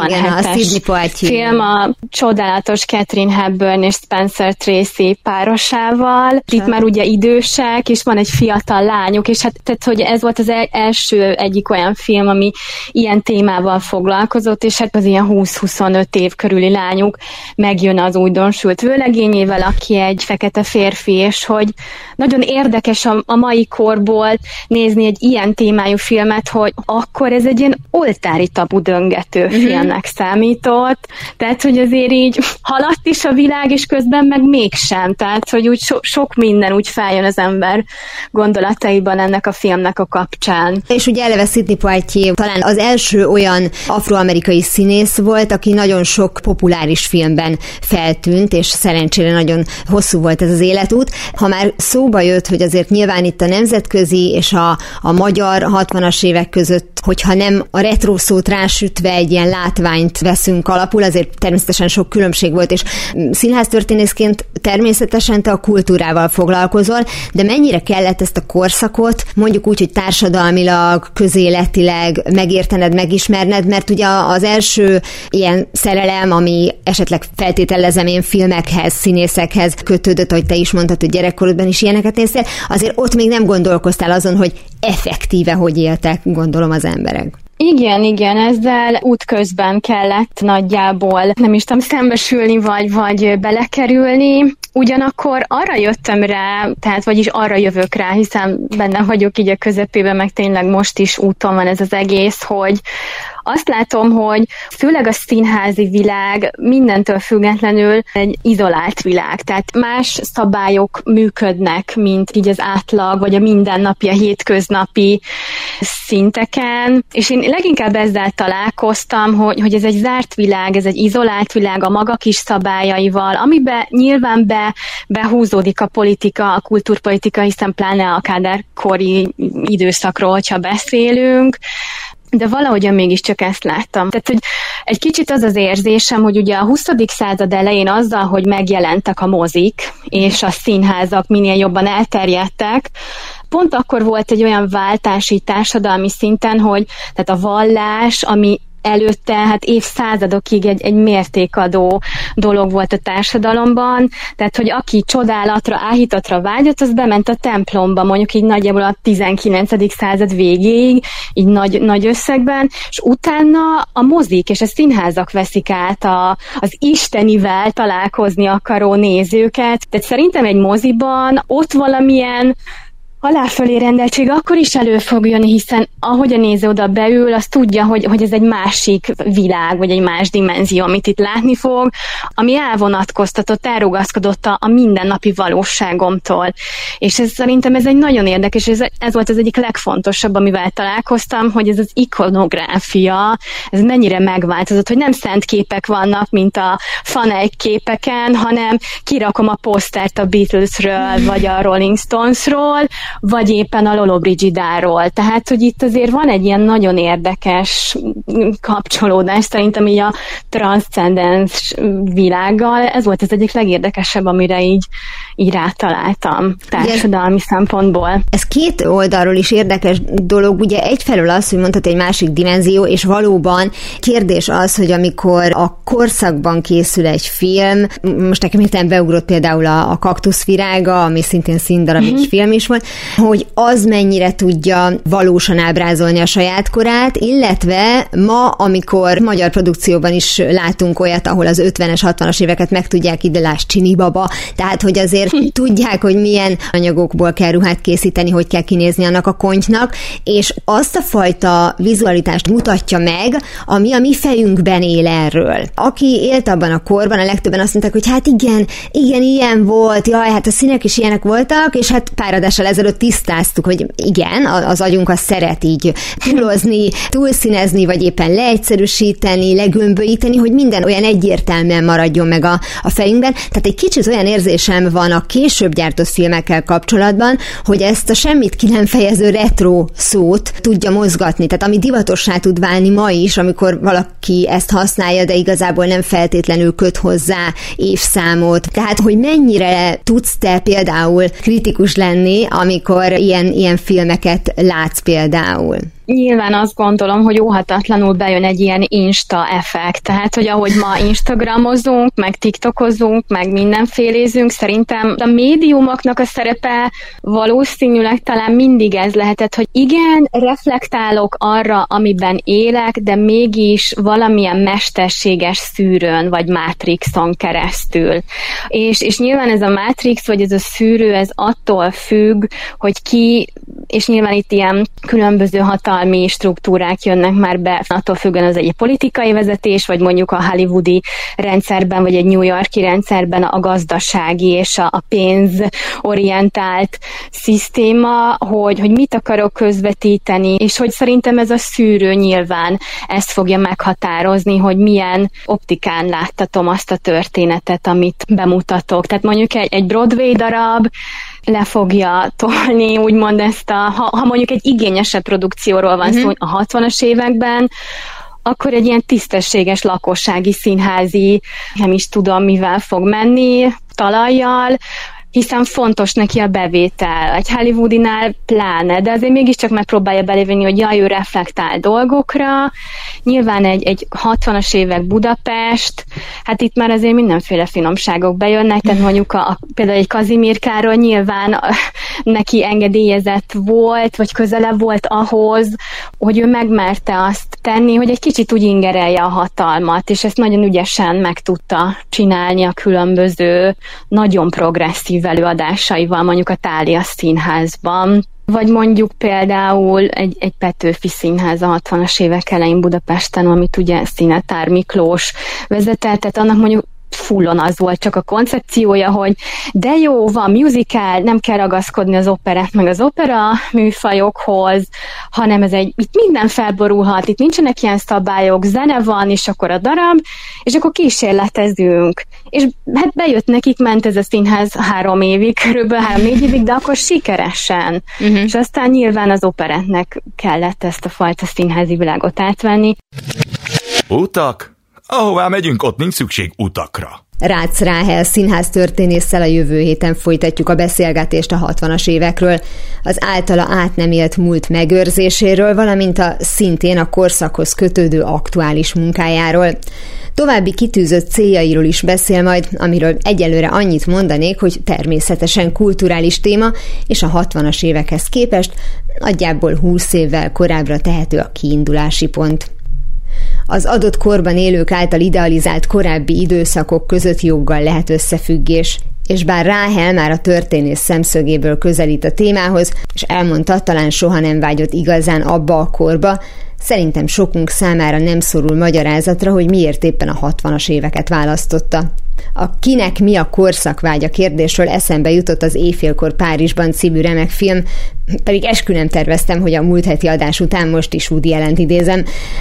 67-es film a csodálatos Katharine Hepburn és Spencer Tracy párosával. Itt már ugye idősek, és van egy fiatal lányuk, és hát tehát, hogy ez volt az első egyik olyan film, ami ilyen témával foglalkozott, és hát az ilyen 20-25 év körüli lányuk megjön az újdonsült vőlegényével, aki egy fekete férfi, és hogy nagyon érdekes a mai korból nézni egy ilyen témájú filmet, hogy akkor ez egy ilyen oltári tabu döngető filmnek számított, tehát, hogy azért így haladt is a világ, és közben meg mégsem, tehát, hogy úgy sok minden úgy feljön az ember gondolataiban ennek a filmnek a kapcsán. És ugye eleve Sidney Poitier talán az első olyan afroamerikai színész volt, aki nagyon sok populáris filmben feltűnt, és szerencsére nagyon hosszú volt ez az életút. Ha már szóba jött, hogy azért nyilván itt a nemzetközi és a magyar 60-as évek között, hogyha nem a retro szót rásütve egy ilyen látványt veszünk alapul, azért természetesen sok különbség volt, és színháztörténészként természetesen te a kultúrával foglalkozol, de mennyire kellett ezt a korszakot, mondjuk úgy, hogy társadalmilag, közéletileg megértened, megismerned, mert ugye az első ilyen szerelem, ami esetleg feltételezem én filmekhez, színészekhez kötődött, ahogy te is mondtad, hogy gyerekkorodban is ilyeneket néztél, azért ott még nem gondolkoztál azon, hogy effektíve hogy éltek, gondolom, az emberek. Igen, ezzel útközben kellett nagyjából, nem is tudom, szembesülni, vagy belekerülni. Ugyanakkor arra jöttem rá, tehát vagyis arra jövök rá, hiszen benne vagyok így a közepében, meg tényleg most is úton van ez az egész, hogy azt látom, hogy főleg a színházi világ mindentől függetlenül egy izolált világ. Tehát más szabályok működnek, mint így az átlag, vagy a mindennapi, a hétköznapi szinteken. És én leginkább ezzel találkoztam, hogy ez egy zárt világ, ez egy izolált világ a maga kis szabályaival, amiben nyilván behúzódik a politika, a kultúrpolitika, hiszen pláne a Kádár-kori időszakról, hogyha beszélünk, de valahogyan mégiscsak ezt láttam. Tehát, hogy egy kicsit az az érzésem, hogy ugye a 20. század elején azzal, hogy megjelentek a mozik, és a színházak minél jobban elterjedtek, pont akkor volt egy olyan váltás így társadalmi szinten, hogy tehát a vallás, ami előtte hát évszázadokig egy mértékadó dolog volt a társadalomban, tehát hogy aki csodálatra, áhítatra vágyott, az bement a templomba, mondjuk így nagyjából a 19. század végéig, így nagy összegben, és utána a mozik és a színházak veszik át az istenivel találkozni akaró nézőket. Tehát szerintem egy moziban ott valamilyen aláfölé rendeltség akkor is elő fog jönni, hiszen ahogy a néző oda beül, az tudja, hogy ez egy másik világ, vagy egy más dimenzió, amit itt látni fog, ami elvonatkoztatott, elrugaszkodott a mindennapi valóságomtól. És szerintem ez egy nagyon érdekes, és ez volt az egyik legfontosabb, amivel találkoztam, hogy ez az ikonográfia, ez mennyire megváltozott, hogy nem szent képek vannak, mint a Fanelk képeken, hanem kirakom a posztert a Beatlesről, vagy a Rolling Stonesról, vagy éppen a Lollobrigidáról. Tehát, hogy itt azért van egy ilyen nagyon érdekes kapcsolódás, szerintem így a transzcendens világgal. Ez volt az egyik legérdekesebb, amire így rátaláltam társadalmi szempontból. Ez két oldalról is érdekes dolog. Ugye egyfelől az, hogy mondtad, egy másik dimenzió, és valóban kérdés az, hogy amikor a korszakban készül egy film, most nekem hirtelen beugrott például a Kaktuszvirága, ami szintén színdarab és film is volt, hogy az mennyire tudja valósan ábrázolni a saját korát, illetve ma, amikor magyar produkcióban is látunk olyat, ahol az 50-es, 60-as éveket meg tudják ide, láss Csini Baba, tehát hogy azért tudják, hogy milyen anyagokból kell ruhát készíteni, hogy kell kinézni annak a kontynak, és azt a fajta vizualitást mutatja meg, ami a mi fejünkben él erről. Aki élt abban a korban, a legtöbben azt mondták, hogy hát igen, ilyen volt, jaj, hát a színek is ilyenek voltak, és hát pár adással ezelőtt tisztáztuk, hogy igen, az agyunk az szeret így hulozni, túlszínezni, vagy éppen leegyszerűsíteni, legömbölyíteni, hogy minden olyan egyértelműen maradjon meg a fejünkben. Tehát egy kicsit olyan érzésem van a később gyártott filmekkel kapcsolatban, hogy ezt a semmit ki nem fejező retro szót tudja mozgatni. Tehát ami divatossá tud válni ma is, amikor valaki ezt használja, de igazából nem feltétlenül köt hozzá évszámot. Tehát, hogy mennyire tudsz te például kritikus lenni, amikor ilyen filmeket látsz például? Nyilván azt gondolom, hogy óhatatlanul bejön egy ilyen Insta effekt. Tehát, hogy ahogy ma Instagramozunk, meg TikTokozunk, meg mindenfélézünk, szerintem a médiumoknak a szerepe valószínűleg talán mindig ez lehetett, hogy igen, reflektálok arra, amiben élek, de mégis valamilyen mesterséges szűrőn, vagy mátrixon keresztül. És nyilván ez a mátrix, vagy ez a szűrő, ez attól függ, hogy ki, és nyilván itt ilyen különböző hatalmi struktúrák jönnek már be, attól függően az egy politikai vezetés, vagy mondjuk a hollywoodi rendszerben, vagy egy New Yorki rendszerben a gazdasági és a pénzorientált szisztéma, hogy mit akarok közvetíteni, és hogy szerintem ez a szűrő nyilván ezt fogja meghatározni, hogy milyen optikán láttatom azt a történetet, amit bemutatok. Tehát mondjuk egy Broadway darab le fogja tolni, úgymond ezt ha mondjuk egy igényesebb produkcióról van szó a 60-as években, akkor egy ilyen tisztességes lakossági színházi, nem is tudom mivel fog menni, talajjal, hiszen fontos neki a bevétel. Egy hollywoodinál pláne, de azért mégiscsak megpróbálja belévenni, hogy jaj, ő reflektál dolgokra. Nyilván egy 60-as évek Budapest, hát itt már azért mindenféle finomságok bejönnek, tehát mondjuk például egy Kazimírkáról nyilván neki engedélyezett volt, vagy közelebb volt ahhoz, hogy ő megmerte azt tenni, hogy egy kicsit úgy ingerelje a hatalmat, és ezt nagyon ügyesen meg tudta csinálni a különböző nagyon progresszív előadásaival, mondjuk a Thália Színházban, vagy mondjuk például egy Petőfi Színház a 60-as évek elején Budapesten, amit ugye Szinetár Miklós vezetett, tehát annak mondjuk fullon az volt csak a koncepciója, hogy de jó, van musical, nem kell ragaszkodni az operett meg az opera műfajokhoz, hanem itt minden felborulhat, itt nincsenek ilyen szabályok, zene van, és akkor a darab, és akkor kísérletezünk. És hát bejött nekik, ment ez a színház 3 évig, körülbelül 3-4 évig, de akkor sikeresen. És aztán nyilván az operettnek kellett ezt a fajta színházi világot átvenni. Utak? Ahová megyünk, ott nincs szükség utakra. Rácz Ráhel színháztörténésszel a jövő héten folytatjuk a beszélgetést a 60-as évekről, az általa át nem élt múlt megőrzéséről, valamint a szintén a korszakhoz kötődő aktuális munkájáról. További kitűzött céljairól is beszél majd, amiről egyelőre annyit mondanék, hogy természetesen kulturális téma, és a 60-as évekhez képest nagyjából 20 évvel korábbra tehető a kiindulási pont. Az adott korban élők által idealizált korábbi időszakok között joggal lehet összefüggés, és bár Ráhel már a történész szemszögéből közelít a témához, és elmondta, talán soha nem vágyott igazán abba a korba, szerintem sokunk számára nem szorul magyarázatra, hogy miért éppen a 60-as éveket választotta. A Kinek mi a korszakvágya kérdésről eszembe jutott az Éjfélkor Párizsban című remek film, pedig eskü nem terveztem, hogy a múlt heti adás után most is Woody Allent idézem,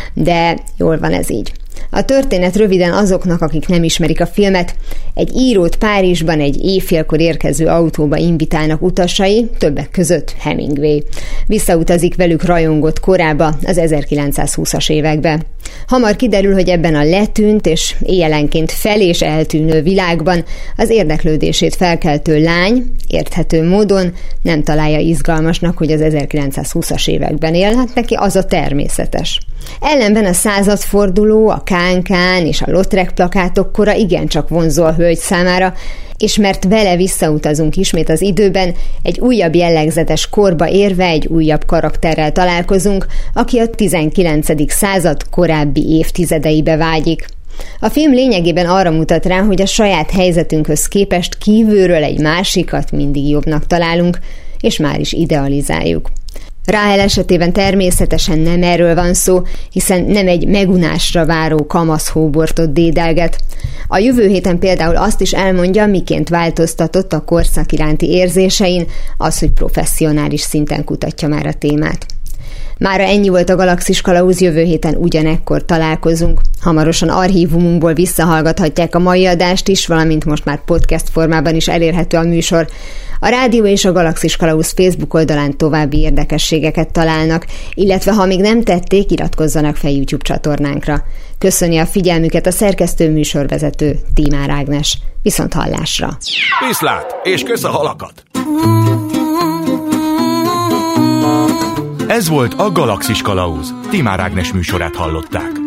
de jól van ez így. A történet röviden azoknak, akik nem ismerik a filmet, egy írót Párizsban egy éjfélkor érkező autóba invitálnak utasai, többek között Hemingway. Visszautazik velük rajongott korába, az 1920-as évekbe. Hamar kiderül, hogy ebben a letűnt és éjjelenként fel- és eltűnő világban az érdeklődését felkeltő lány érthető módon nem találja izgalmasnak, hogy az 1920-as években él, hát neki az a természetes. Ellenben a századforduló, a kánkán és a Lautrec plakátok kora igencsak vonzó a hölgy számára, és mert vele visszautazunk ismét az időben, egy újabb jellegzetes korba érve egy újabb karakterrel találkozunk, aki a 19. század korábbi évtizedeibe vágyik. A film lényegében arra mutat rá, hogy a saját helyzetünkhöz képest kívülről egy másikat mindig jobbnak találunk, és már is idealizáljuk. Ráhel esetében természetesen nem erről van szó, hiszen nem egy megunásra váró kamasz hóbortot dédelget. A jövő héten például azt is elmondja, miként változtatott a korszak iránti érzésein, az, hogy professzionális szinten kutatja már a témát. Mára ennyi volt a Galaxis Kalauz, jövő héten ugyanekkor találkozunk. Hamarosan archívumunkból visszahallgathatják a mai adást is, valamint most már podcast formában is elérhető a műsor. A rádió és a Galaxis Kalauz Facebook oldalán további érdekességeket találnak, illetve ha még nem tették, iratkozzanak fel YouTube csatornánkra. Köszöni a figyelmüket a szerkesztő műsorvezető Tímár Ágnes. Viszont hallásra! Viszlát, és kösz a halakat! Ez volt a Galaxis Kalauz. Tímár Ágnes műsorát hallották.